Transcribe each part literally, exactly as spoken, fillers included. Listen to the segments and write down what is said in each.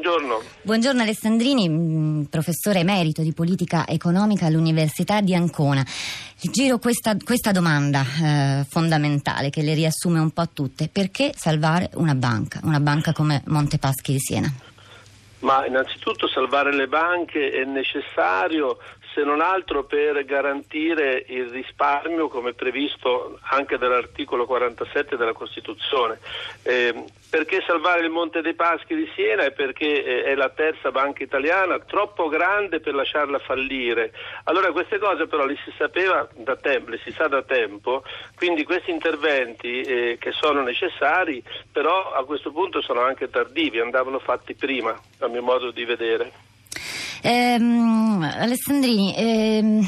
buongiorno. Buongiorno Alessandrini, professore emerito di politica economica all'Università di Ancona. Giro questa, questa domanda eh, fondamentale che le riassume un po' tutte: perché salvare una banca, una banca come Monte Paschi di Siena? Ma innanzitutto salvare le banche è necessario, se non altro per garantire il risparmio, come previsto anche dall'articolo quarantasette della Costituzione. Eh, perché salvare il Monte dei Paschi di Siena? È perché eh, è la terza banca italiana, troppo grande per lasciarla fallire. Allora queste cose però le si sapeva da tempo, le si sa da tempo, quindi questi interventi eh, che sono necessari, però a questo punto sono anche tardivi, andavano fatti prima, a mio modo di vedere. Ehm, Alessandrini, ehm,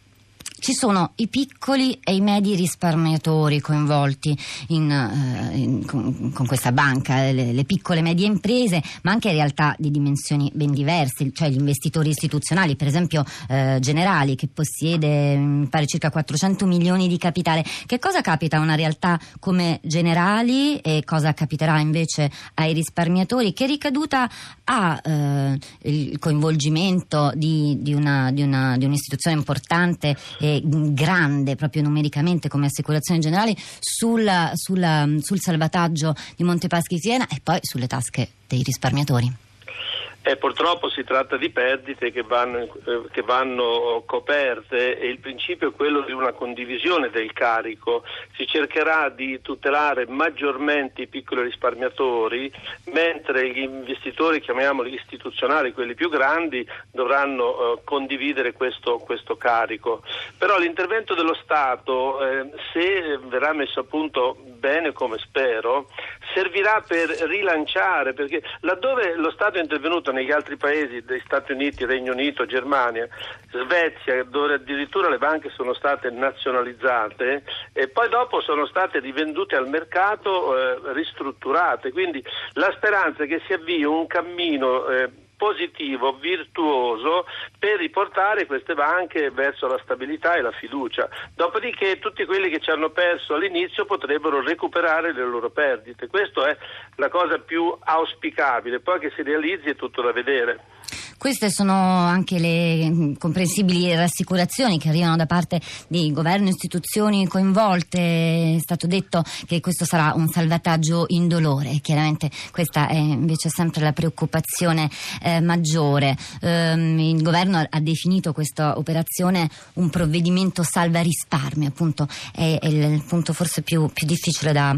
ci sono i piccoli e i medi risparmiatori coinvolti in, eh, in, con, con questa banca, le, le piccole e medie imprese, ma anche realtà di dimensioni ben diverse, cioè gli investitori istituzionali, per esempio eh, Generali, che possiede mi pare circa quattrocento milioni di capitale. Che cosa capita a una realtà come Generali e cosa capiterà invece ai risparmiatori? Che ricaduta ha eh, il coinvolgimento di, di, una, di, una, di un'istituzione importante e grande proprio numericamente come Assicurazioni Generali sulla, sulla, sul salvataggio di Monte Paschi di Siena e poi sulle tasche dei risparmiatori? Eh, purtroppo si tratta di perdite che vanno, eh, che vanno coperte, e il principio è quello di una condivisione del carico. Si cercherà di tutelare maggiormente i piccoli risparmiatori, mentre gli investitori, chiamiamoli istituzionali, quelli più grandi, dovranno eh, condividere questo, questo carico. Però l'intervento dello Stato, eh, se verrà messo a punto bene, come spero, servirà per rilanciare, perché laddove lo Stato è intervenuto negli altri paesi, degli Stati Uniti, Regno Unito, Germania, Svezia, dove addirittura le banche sono state nazionalizzate e poi dopo sono state rivendute al mercato, eh, ristrutturate, quindi la speranza è che si avvii un cammino eh, positivo, virtuoso, per riportare queste banche verso la stabilità e la fiducia. Dopodiché tutti quelli che ci hanno perso all'inizio potrebbero recuperare le loro perdite. Questa è la cosa più auspicabile, poi che si realizzi è tutto da vedere. Queste sono anche le comprensibili rassicurazioni che arrivano da parte di governo e istituzioni coinvolte. È stato detto che questo sarà un salvataggio indolore, chiaramente questa è invece sempre la preoccupazione eh, maggiore. Ehm, il governo ha definito questa operazione un provvedimento salva risparmio, appunto è, è il punto forse più, più difficile da,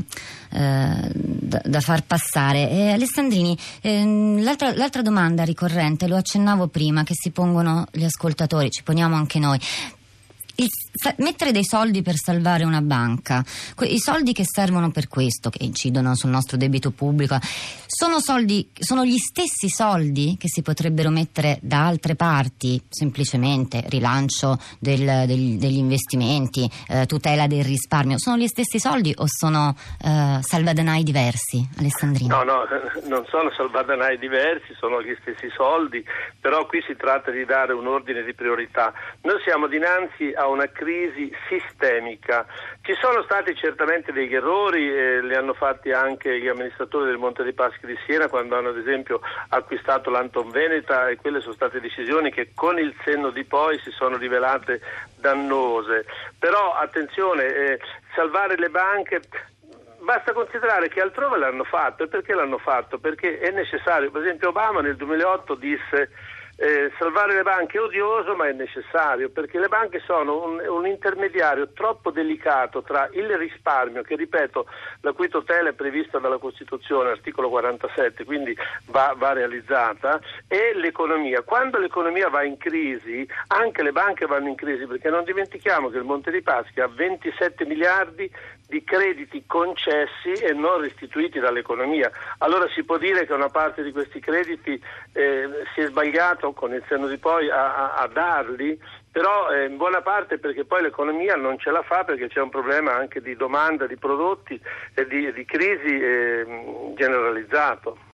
eh, da, da far passare. Eh, Alessandrini, ehm, l'altra, l'altra domanda ricorrente, lo accennavo prima, che si pongono gli ascoltatori, ci poniamo anche noi: il, sa, mettere dei soldi per salvare una banca, que, i soldi che servono per questo, che incidono sul nostro debito pubblico, sono soldi, sono gli stessi soldi che si potrebbero mettere da altre parti, semplicemente rilancio del, del, degli investimenti, eh, tutela del risparmio? Sono gli stessi soldi o sono eh, salvadanai diversi, Alessandrino? No, no, non sono salvadanai diversi, sono gli stessi soldi, però qui si tratta di dare un ordine di priorità. Noi siamo dinanzi a una crisi sistemica. Ci sono stati certamente degli errori, eh, li hanno fatti anche gli amministratori del Monte dei Paschi di Siena quando hanno ad esempio acquistato l'Anton Veneta, e quelle sono state decisioni che con il senno di poi si sono rivelate dannose. Però attenzione, eh, salvare le banche, basta considerare che altrove l'hanno fatto. E perché l'hanno fatto? Perché è necessario. Per esempio Obama nel duemilaotto disse: Eh, salvare le banche è odioso ma è necessario, perché le banche sono un, un intermediario troppo delicato tra il risparmio, che ripeto, la cui tutela è prevista dalla Costituzione, articolo quarantasette, quindi va, va realizzata, e l'economia. Quando l'economia va in crisi, anche le banche vanno in crisi, perché non dimentichiamo che il Monte dei Paschi ha ventisette miliardi di crediti concessi e non restituiti dall'economia. Allora si può dire che una parte di questi crediti eh, si è sbagliato con il senno di poi a, a, a darli, però eh, in buona parte perché poi l'economia non ce la fa, perché c'è un problema anche di domanda di prodotti e di, di crisi eh, generalizzato.